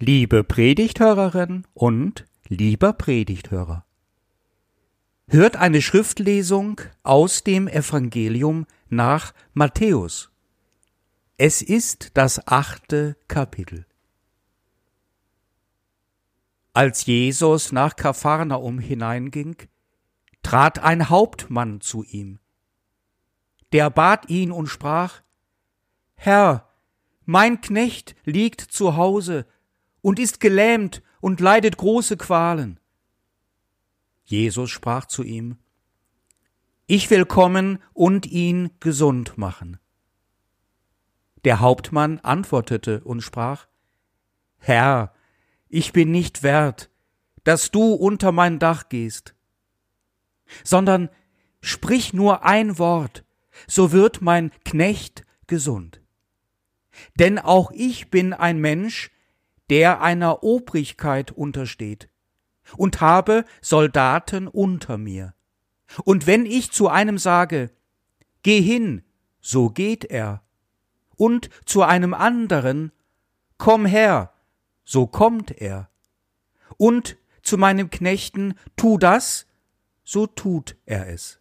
Liebe Predigthörerin und lieber Predigthörer, hört eine Schriftlesung aus dem Evangelium nach Matthäus. Es ist das 8. Kapitel. Als Jesus nach Kapharnaum hineinging, trat ein Hauptmann zu ihm. Der bat ihn und sprach: Herr, mein Knecht liegt zu Hause und ist gelähmt und leidet große Qualen. Jesus sprach zu ihm: Ich will kommen und ihn gesund machen. Der Hauptmann antwortete und sprach: Herr, ich bin nicht wert, dass du unter mein Dach gehst, sondern sprich nur ein Wort, so wird mein Knecht gesund. Denn auch ich bin ein Mensch, der einer Obrigkeit untersteht, und habe Soldaten unter mir. Und wenn ich zu einem sage, geh hin, so geht er, und zu einem anderen, komm her, so kommt er, und zu meinem Knechten, tu das, so tut er es.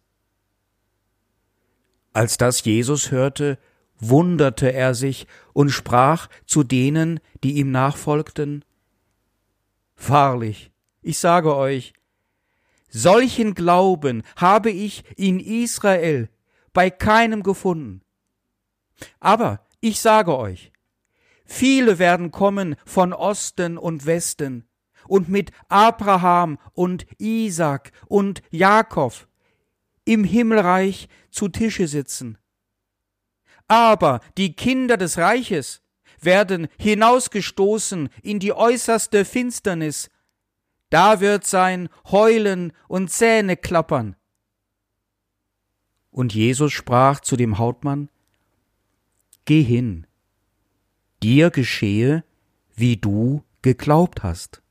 Als das Jesus hörte, wunderte er sich und sprach zu denen, die ihm nachfolgten: Wahrlich, ich sage euch, solchen Glauben habe ich in Israel bei keinem gefunden. Aber ich sage euch, viele werden kommen von Osten und Westen und mit Abraham und Isaak und Jakob im Himmelreich zu Tische sitzen. Aber die Kinder des Reiches werden hinausgestoßen in die äußerste Finsternis. Da wird sein Heulen und Zähneklappern. Und Jesus sprach zu dem Hauptmann: Geh hin, dir geschehe, wie du geglaubt hast.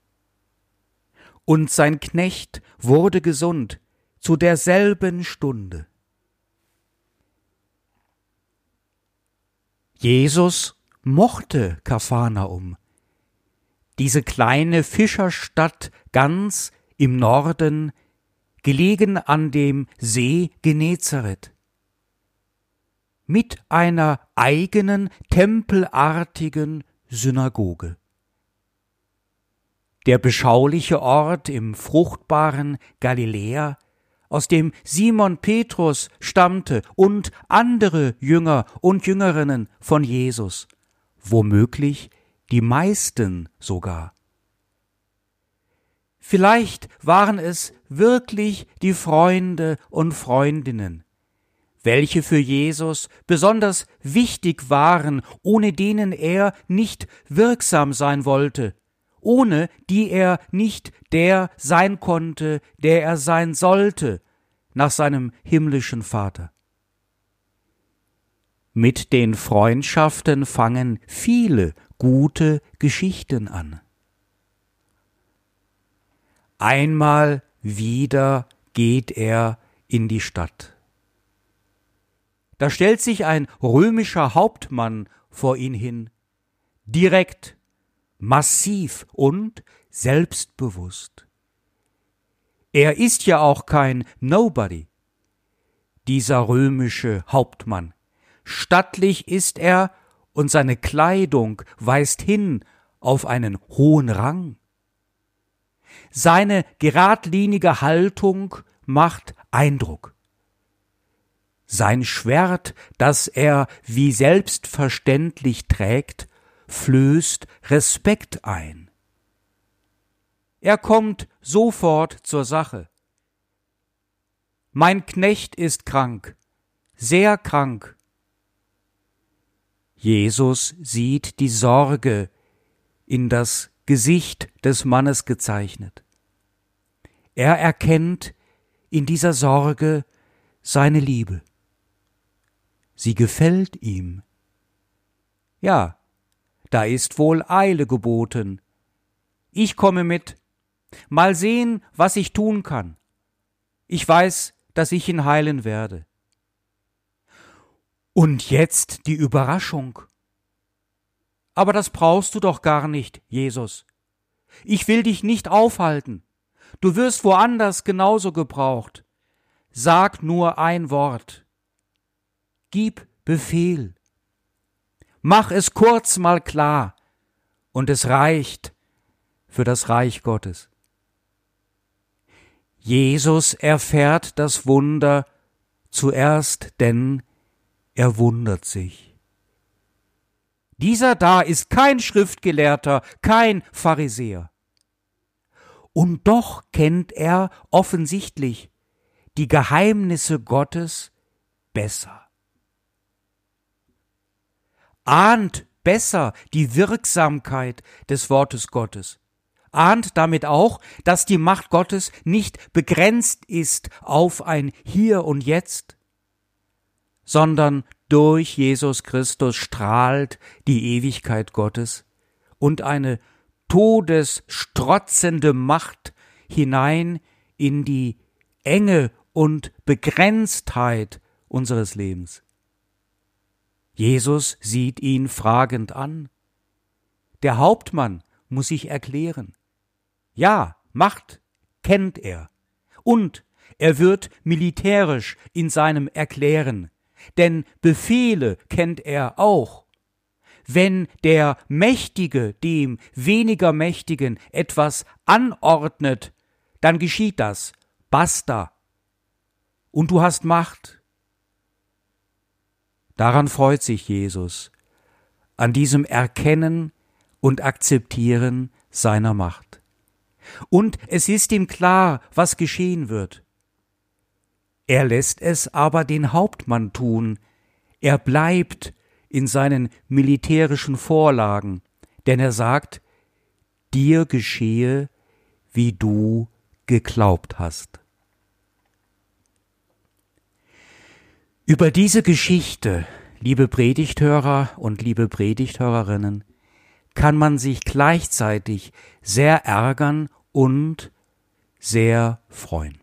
Und sein Knecht wurde gesund zu derselben Stunde. Jesus mochte Kapharnaum, diese kleine Fischerstadt ganz im Norden, gelegen an dem See Genezareth, mit einer eigenen tempelartigen Synagoge. Der beschauliche Ort im fruchtbaren Galiläa, aus dem Simon Petrus stammte und andere Jünger und Jüngerinnen von Jesus, womöglich die meisten sogar. Vielleicht waren es wirklich die Freunde und Freundinnen, welche für Jesus besonders wichtig waren, ohne denen er nicht wirksam sein wollte, ohne die er nicht der sein konnte, der er sein sollte, nach seinem himmlischen Vater. Mit den Freundschaften fangen viele gute Geschichten an. Einmal wieder geht er in die Stadt. Da stellt sich ein römischer Hauptmann vor ihn hin, direkt, massiv und selbstbewusst. Er ist ja auch kein Nobody, dieser römische Hauptmann. Stattlich ist er und seine Kleidung weist hin auf einen hohen Rang. Seine geradlinige Haltung macht Eindruck. Sein Schwert, das er wie selbstverständlich trägt, flößt Respekt ein. Er kommt sofort zur Sache. Mein Knecht ist krank, sehr krank. Jesus sieht die Sorge in das Gesicht des Mannes gezeichnet. Er erkennt in dieser Sorge seine Liebe. Sie gefällt ihm. Ja, da ist wohl Eile geboten. Ich komme mit. Mal sehen, was ich tun kann. Ich weiß, dass ich ihn heilen werde. Und jetzt die Überraschung. aber das brauchst du doch gar nicht, Jesus. Ich will dich nicht aufhalten. Du wirst woanders genauso gebraucht. Sag nur ein Wort. Gib Befehl. Mach es kurz mal klar, und es reicht für das Reich Gottes. Jesus erfährt das Wunder zuerst, denn er wundert sich. Dieser da ist kein Schriftgelehrter, kein Pharisäer. Und doch kennt er offensichtlich die Geheimnisse Gottes besser. Ahnt besser die Wirksamkeit des Wortes Gottes. Ahnt damit auch, dass die Macht Gottes nicht begrenzt ist auf ein Hier und Jetzt, sondern durch Jesus Christus strahlt die Ewigkeit Gottes und eine todesstrotzende Macht hinein in die Enge und Begrenztheit unseres Lebens. Jesus sieht ihn fragend an. Der Hauptmann muss sich erklären. Ja, Macht kennt er. Und er wird militärisch in seinem Erklären, denn Befehle kennt er auch. Wenn der Mächtige dem weniger Mächtigen etwas anordnet, dann geschieht das. Basta. Und du hast Macht. Daran freut sich Jesus, an diesem Erkennen und Akzeptieren seiner Macht. Und es ist ihm klar, was geschehen wird. Er lässt es aber den Hauptmann tun. Er bleibt in seinen militärischen Vorlagen, denn er sagt, dir geschehe, wie du geglaubt hast. Über diese Geschichte, liebe Predigthörer und liebe Predigthörerinnen, kann man sich gleichzeitig sehr ärgern und sehr freuen.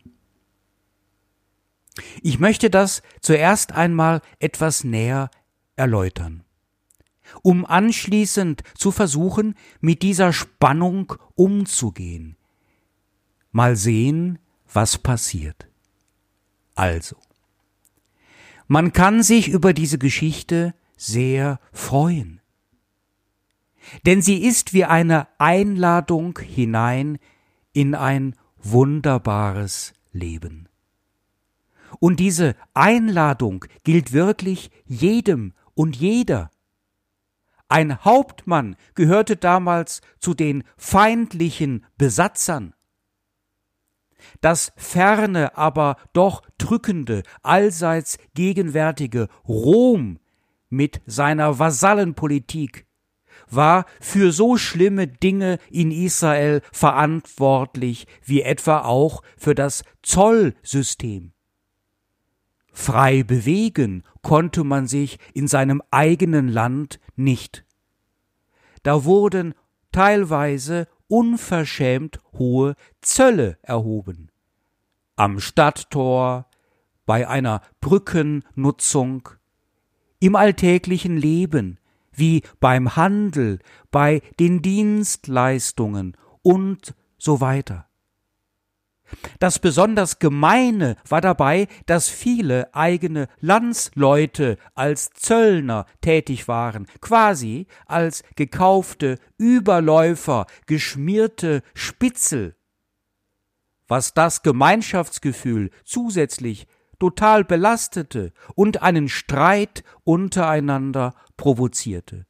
Ich möchte das zuerst einmal etwas näher erläutern, um anschließend zu versuchen, mit dieser Spannung umzugehen. Mal sehen, was passiert. Also, man kann sich über diese Geschichte sehr freuen, denn sie ist wie eine Einladung hinein in ein wunderbares Leben. Und diese Einladung gilt wirklich jedem und jeder. Ein Hauptmann gehörte damals zu den feindlichen Besatzern. Das ferne, aber doch drückende, allseits gegenwärtige Rom mit seiner Vasallenpolitik war für so schlimme Dinge in Israel verantwortlich, wie etwa auch für das Zollsystem. Frei bewegen konnte man sich in seinem eigenen Land nicht. Da wurden teilweise unverschämt hohe Zölle erhoben. Am Stadttor, bei einer Brückennutzung, im alltäglichen Leben, wie beim Handel, bei den Dienstleistungen und so weiter. Das besonders Gemeine war dabei, dass viele eigene Landsleute als Zöllner tätig waren, quasi als gekaufte Überläufer, geschmierte Spitzel, was das Gemeinschaftsgefühl zusätzlich total belastete und einen Streit untereinander provozierte.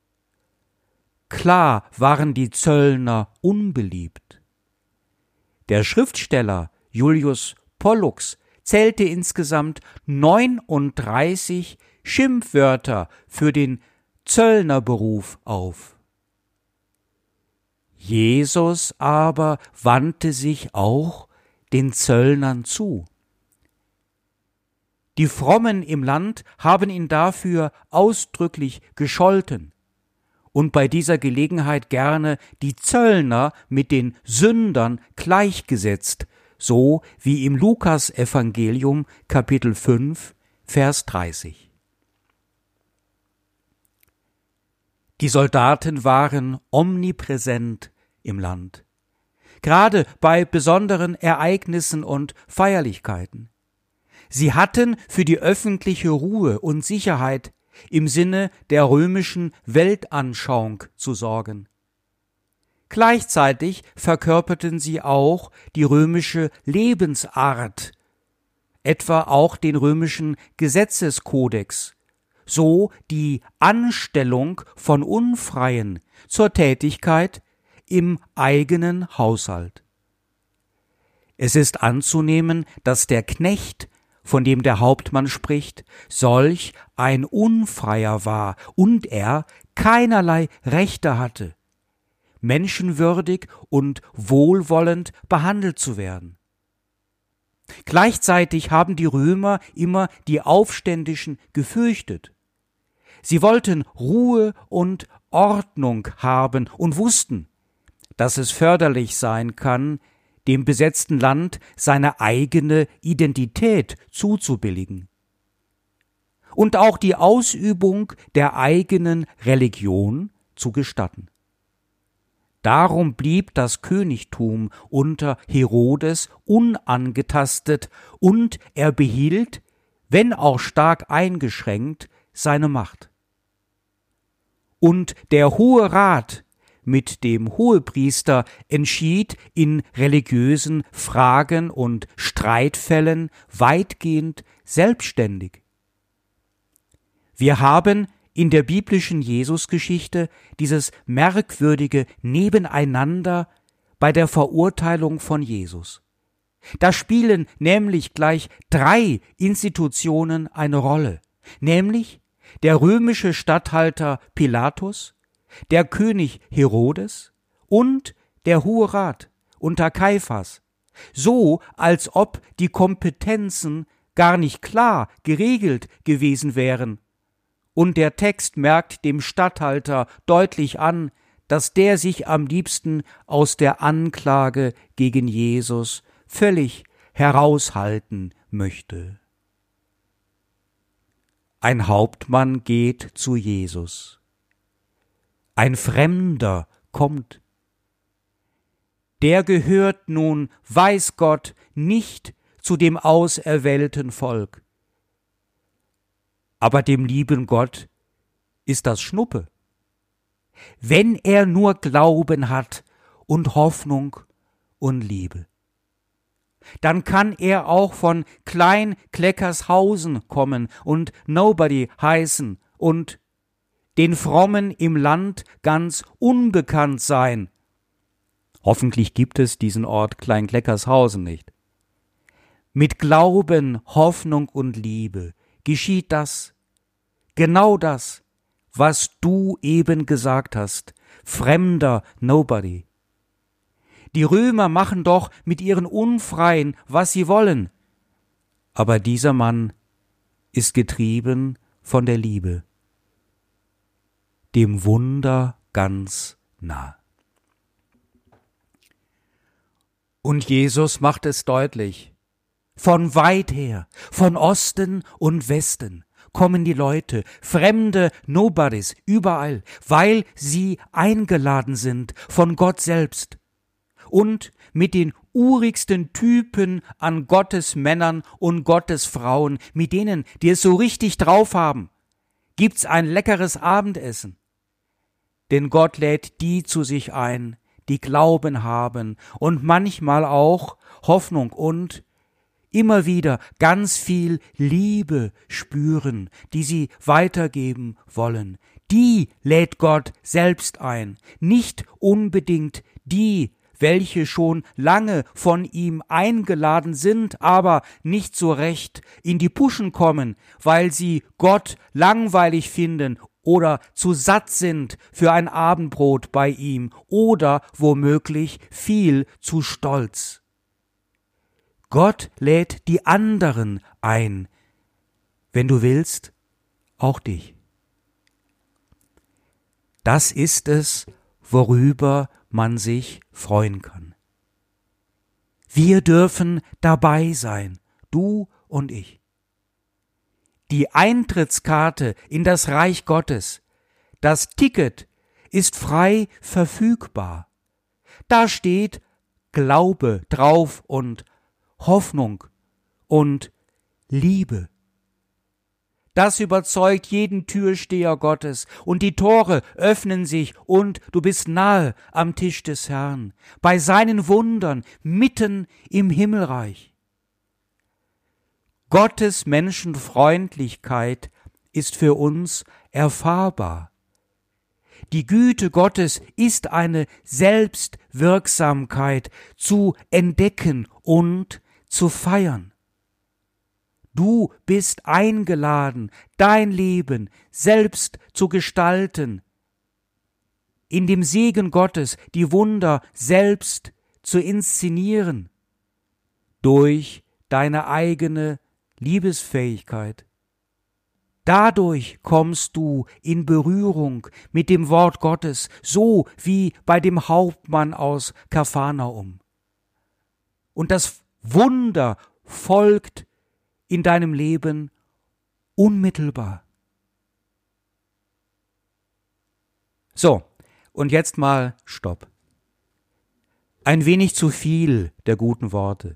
Klar waren die Zöllner unbeliebt. Der Schriftsteller Julius Pollux zählte insgesamt 39 Schimpfwörter für den Zöllnerberuf auf. Jesus aber wandte sich auch den Zöllnern zu. Die Frommen im Land haben ihn dafür ausdrücklich gescholten und bei dieser Gelegenheit gerne die Zöllner mit den Sündern gleichgesetzt, so wie im Lukas-Evangelium Kapitel 5, Vers 30. Die Soldaten waren omnipräsent im Land, gerade bei besonderen Ereignissen und Feierlichkeiten. Sie hatten für die öffentliche Ruhe und Sicherheit im Sinne der römischen Weltanschauung zu sorgen. Gleichzeitig verkörperten sie auch die römische Lebensart, etwa auch den römischen Gesetzeskodex, so die Anstellung von Unfreien zur Tätigkeit im eigenen Haushalt. Es ist anzunehmen, dass der Knecht, von dem der Hauptmann spricht, solch ein Unfreier war und er keinerlei Rechte hatte, menschenwürdig und wohlwollend behandelt zu werden. Gleichzeitig haben die Römer immer die Aufständischen gefürchtet. Sie wollten Ruhe und Ordnung haben und wussten, dass es förderlich sein kann, dem besetzten Land seine eigene Identität zuzubilligen und auch die Ausübung der eigenen Religion zu gestatten. Darum blieb das Königtum unter Herodes unangetastet und er behielt, wenn auch stark eingeschränkt, seine Macht. Und der Hohe Rat mit dem Hohepriester entschied in religiösen Fragen und Streitfällen weitgehend selbstständig. Wir haben in der biblischen Jesusgeschichte dieses merkwürdige Nebeneinander bei der Verurteilung von Jesus. Da spielen nämlich gleich 3 Institutionen eine Rolle, nämlich der römische Statthalter Pilatus, der König Herodes und der Hohe Rat unter Kaiphas, so als ob die Kompetenzen gar nicht klar geregelt gewesen wären. Und der Text merkt dem Statthalter deutlich an, dass der sich am liebsten aus der Anklage gegen Jesus völlig heraushalten möchte. Ein Hauptmann geht zu Jesus. Ein Fremder kommt. Der gehört nun, weiß Gott, nicht zu dem auserwählten Volk. Aber dem lieben Gott ist das Schnuppe. Wenn er nur Glauben hat und Hoffnung und Liebe, dann kann er auch von Klein-Kleckershausen kommen und Nobody heißen und den Frommen im Land ganz unbekannt sein. Hoffentlich gibt es diesen Ort Klein-Kleckershausen nicht. Mit Glauben, Hoffnung und Liebe geschieht das, genau das, was du eben gesagt hast, fremder Nobody. Die Römer machen doch mit ihren Unfreien, was sie wollen. Aber dieser Mann ist getrieben von der Liebe, dem Wunder ganz nah. Und Jesus macht es deutlich. Von weit her, von Osten und Westen kommen die Leute, fremde Nobodies, überall, weil sie eingeladen sind von Gott selbst. Und mit den urigsten Typen an Gottes Männern und Gottes Frauen, mit denen, die es so richtig drauf haben, gibt's ein leckeres Abendessen. Denn Gott lädt die zu sich ein, die Glauben haben und manchmal auch Hoffnung und immer wieder ganz viel Liebe spüren, die sie weitergeben wollen. Die lädt Gott selbst ein, nicht unbedingt die, welche schon lange von ihm eingeladen sind, aber nicht so recht in die Puschen kommen, weil sie Gott langweilig finden oder zu satt sind für ein Abendbrot bei ihm oder womöglich viel zu stolz. Gott lädt die anderen ein, wenn du willst, auch dich. Das ist es, worüber man sich freuen kann. Wir dürfen dabei sein, du und ich. Die Eintrittskarte in das Reich Gottes, das Ticket ist frei verfügbar. Da steht Glaube drauf und Hoffnung und Liebe. Das überzeugt jeden Türsteher Gottes, und die Tore öffnen sich, und du bist nahe am Tisch des Herrn, bei seinen Wundern, mitten im Himmelreich. Gottes Menschenfreundlichkeit ist für uns erfahrbar. Die Güte Gottes ist eine Selbstwirksamkeit zu entdecken und zu feiern. Du bist eingeladen, dein Leben selbst zu gestalten, in dem Segen Gottes die Wunder selbst zu inszenieren, durch deine eigene Liebesfähigkeit. Dadurch kommst du in Berührung mit dem Wort Gottes, so wie bei dem Hauptmann aus Kapharnaum. Und das Wunder folgt in deinem Leben unmittelbar. So, und jetzt mal Stopp. Ein wenig zu viel der guten Worte.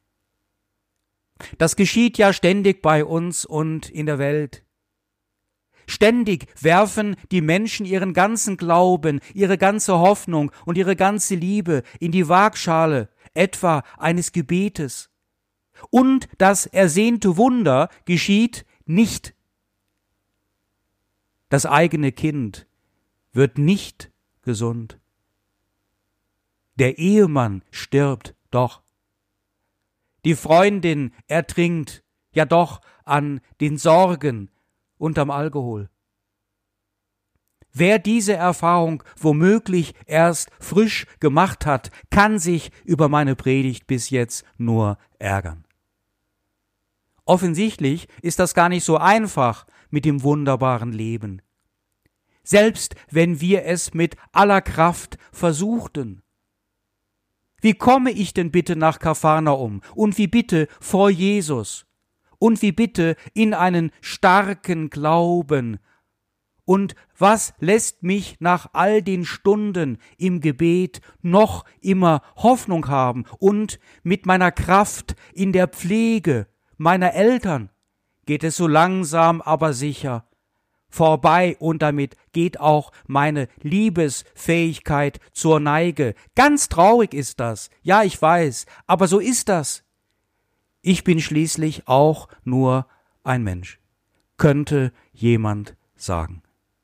Das geschieht ja ständig bei uns und in der Welt. Ständig werfen die Menschen ihren ganzen Glauben, ihre ganze Hoffnung und ihre ganze Liebe in die Waagschale, etwa eines Gebetes. Und das ersehnte Wunder geschieht nicht. Das eigene Kind wird nicht gesund. Der Ehemann stirbt doch. Die Freundin ertrinkt ja doch an den Sorgen und am Alkohol. Wer diese Erfahrung womöglich erst frisch gemacht hat, kann sich über meine Predigt bis jetzt nur ärgern. Offensichtlich ist das gar nicht so einfach mit dem wunderbaren Leben. Selbst wenn wir es mit aller Kraft versuchten. Wie komme ich denn bitte nach Kapharnaum und wie bitte vor Jesus und wie bitte in einen starken Glauben? Und was lässt mich nach all den Stunden im Gebet noch immer Hoffnung haben und mit meiner Kraft in der Pflege meiner Eltern geht es so langsam aber sicher vorbei und damit geht auch meine Liebesfähigkeit zur Neige. Ganz traurig ist das, ja, ich weiß, aber so ist das. Ich bin schließlich auch nur ein Mensch, könnte jemand sagen.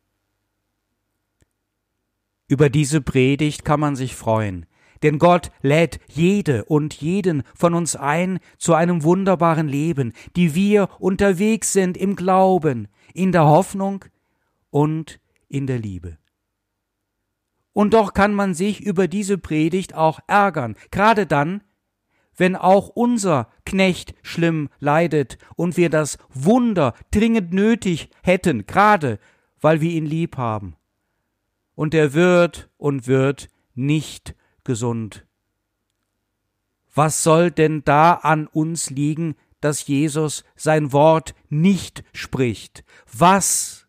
Über diese Predigt kann man sich freuen, denn Gott lädt jede und jeden von uns ein zu einem wunderbaren Leben, die wir unterwegs sind im Glauben, in der Hoffnung und in der Liebe. Und doch kann man sich über diese Predigt auch ärgern, gerade dann, wenn auch unser Knecht schlimm leidet und wir das Wunder dringend nötig hätten, gerade weil wir ihn lieb haben. Und er wird nicht gesund. Was soll denn da an uns liegen, dass Jesus sein Wort nicht spricht? Was?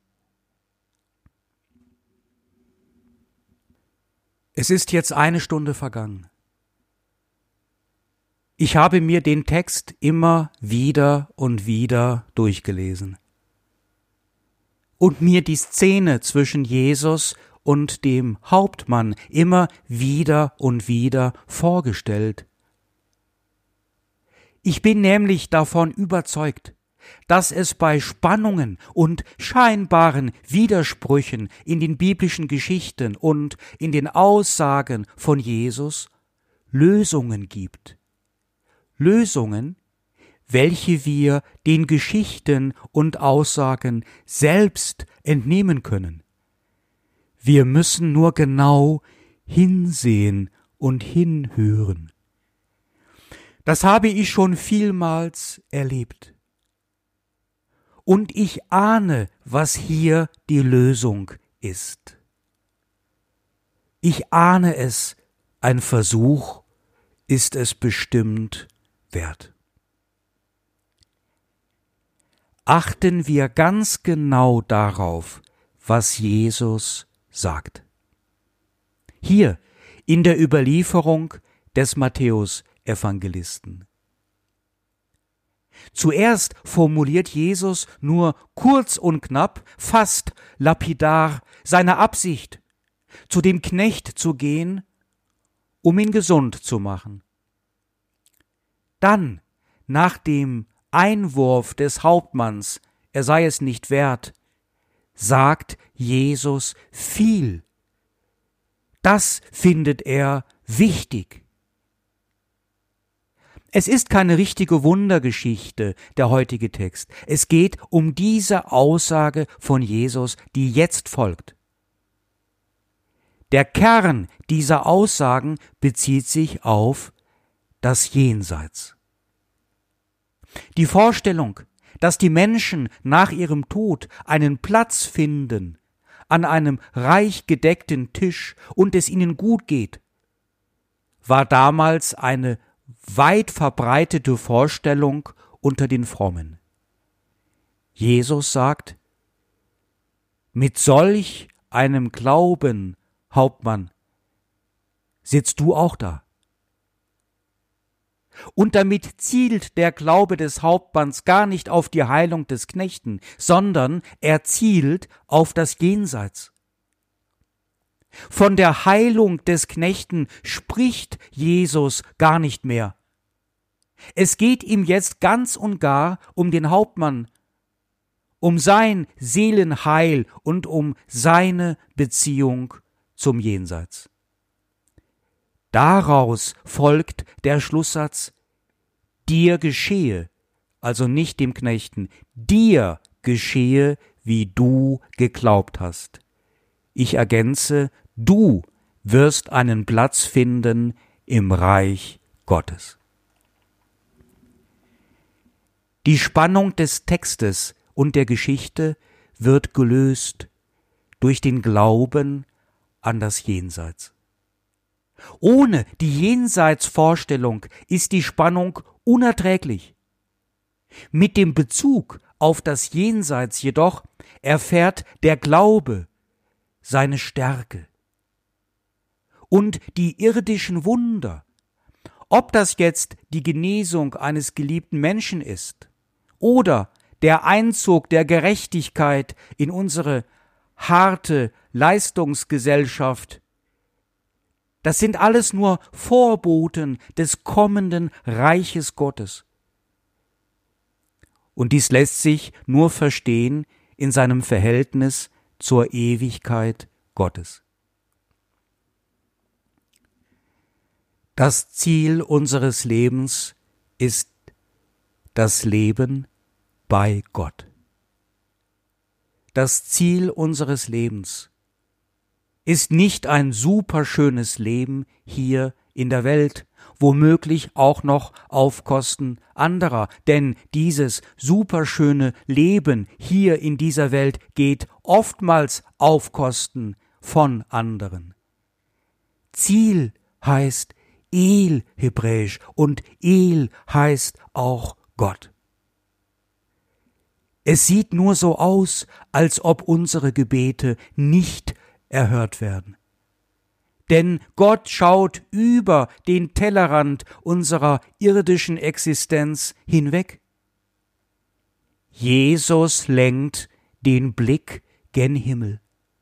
Es ist jetzt 1 Stunde vergangen. Ich habe mir den Text immer wieder und wieder durchgelesen und mir die Szene zwischen Jesus und dem Hauptmann immer wieder und wieder vorgestellt. Ich bin nämlich davon überzeugt, dass es bei Spannungen und scheinbaren Widersprüchen in den biblischen Geschichten und in den Aussagen von Jesus Lösungen gibt. Lösungen, welche wir den Geschichten und Aussagen selbst entnehmen können. Wir müssen nur genau hinsehen und hinhören. Das habe ich schon vielmals erlebt. Und ich ahne, was hier die Lösung ist. Ich ahne es, ein Versuch ist es bestimmt wert. Achten wir ganz genau darauf, was Jesus sagt. hier in der Überlieferung des Matthäus-Evangelisten. Zuerst formuliert Jesus nur kurz und knapp, fast lapidar, seine Absicht, zu dem Knecht zu gehen, um ihn gesund zu machen. Dann, nach dem Einwurf des Hauptmanns, er sei es nicht wert, sagt Jesus viel. Das findet er wichtig. Es ist keine richtige Wundergeschichte, der heutige Text. Es geht um diese Aussage von Jesus, die jetzt folgt. Der Kern dieser Aussagen bezieht sich auf das Jenseits. Die Vorstellung, dass die Menschen nach ihrem Tod einen Platz finden an einem reich gedeckten Tisch und es ihnen gut geht, war damals eine weit verbreitete Vorstellung unter den Frommen. Jesus sagt, mit solch einem Glauben, Hauptmann, sitzt du auch da. Und damit zielt der Glaube des Hauptmanns gar nicht auf die Heilung des Knechten, sondern er zielt auf das Jenseits. Von der Heilung des Knechten spricht Jesus gar nicht mehr. Es geht ihm jetzt ganz und gar um den Hauptmann, um sein Seelenheil und um seine Beziehung zum Jenseits. Daraus folgt der Schlusssatz, dir geschehe, also nicht dem Knechten, dir geschehe, wie du geglaubt hast. Ich ergänze, du wirst einen Platz finden im Reich Gottes. Die Spannung des Textes und der Geschichte wird gelöst durch den Glauben an das Jenseits. Ohne die Jenseitsvorstellung ist die Spannung unerträglich. Mit dem Bezug auf das Jenseits jedoch erfährt der Glaube seine Stärke. Und die irdischen Wunder, ob das jetzt die Genesung eines geliebten Menschen ist oder der Einzug der Gerechtigkeit in unsere harte Leistungsgesellschaft, das sind alles nur Vorboten des kommenden Reiches Gottes. Und dies lässt sich nur verstehen in seinem Verhältnis zur Ewigkeit Gottes. Das Ziel unseres Lebens ist das Leben bei Gott. Das Ziel unseres Lebens ist nicht ein superschönes Leben hier in der Welt, womöglich auch noch auf Kosten anderer, denn dieses superschöne Leben hier in dieser Welt geht oftmals auf Kosten von anderen. Ziel heißt El hebräisch und El heißt auch Gott. Es sieht nur so aus, als ob unsere Gebete nicht erhört werden. Denn Gott schaut über den Tellerrand unserer irdischen Existenz hinweg. Jesus lenkt den Blick gen Himmel.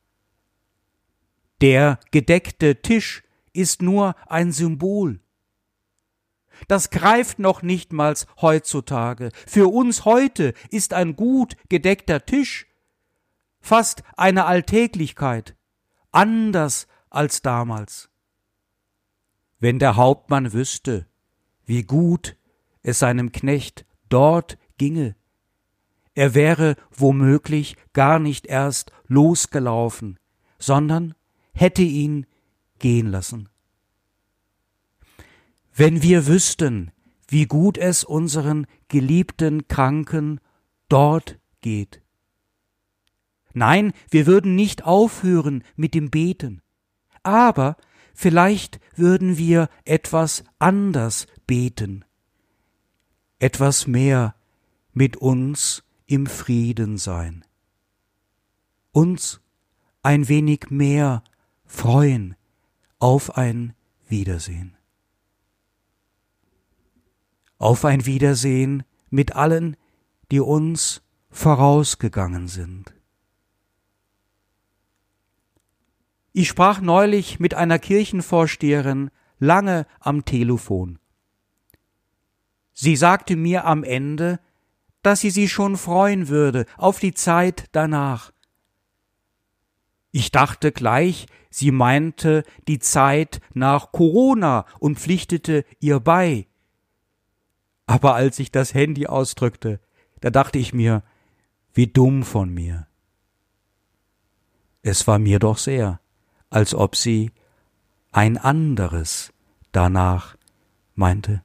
Der gedeckte Tisch ist nur ein Symbol. Das greift noch nichtmals heutzutage. Für uns heute ist ein gut gedeckter Tisch fast eine Alltäglichkeit, anders als damals. Wenn der Hauptmann wüsste, wie gut es seinem Knecht dort ginge, er wäre womöglich gar nicht erst losgelaufen, sondern hätte ihn gehen lassen. Wenn wir wüssten, wie gut es unseren geliebten Kranken dort geht. Nein, wir würden nicht aufhören mit dem Beten, aber vielleicht würden wir etwas anders beten, etwas mehr mit uns im Frieden sein, uns ein wenig mehr freuen auf ein Wiedersehen. Auf ein Wiedersehen mit allen, die uns vorausgegangen sind. Ich sprach neulich mit einer Kirchenvorsteherin lange am Telefon. Sie sagte mir am Ende, dass sie sich schon freuen würde auf die Zeit danach. Ich dachte gleich, sie meinte die Zeit nach Corona und pflichtete ihr bei. Aber als ich das Handy ausdrückte, da dachte ich mir, wie dumm von mir. Es war mir doch sehr, als ob sie ein anderes danach meinte.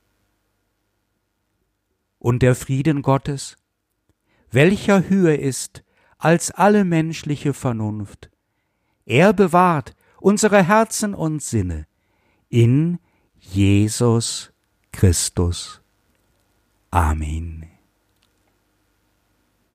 Und der Frieden Gottes, welcher höher ist als alle menschliche Vernunft, er bewahrt unsere Herzen und Sinne in Jesus Christus. Amen.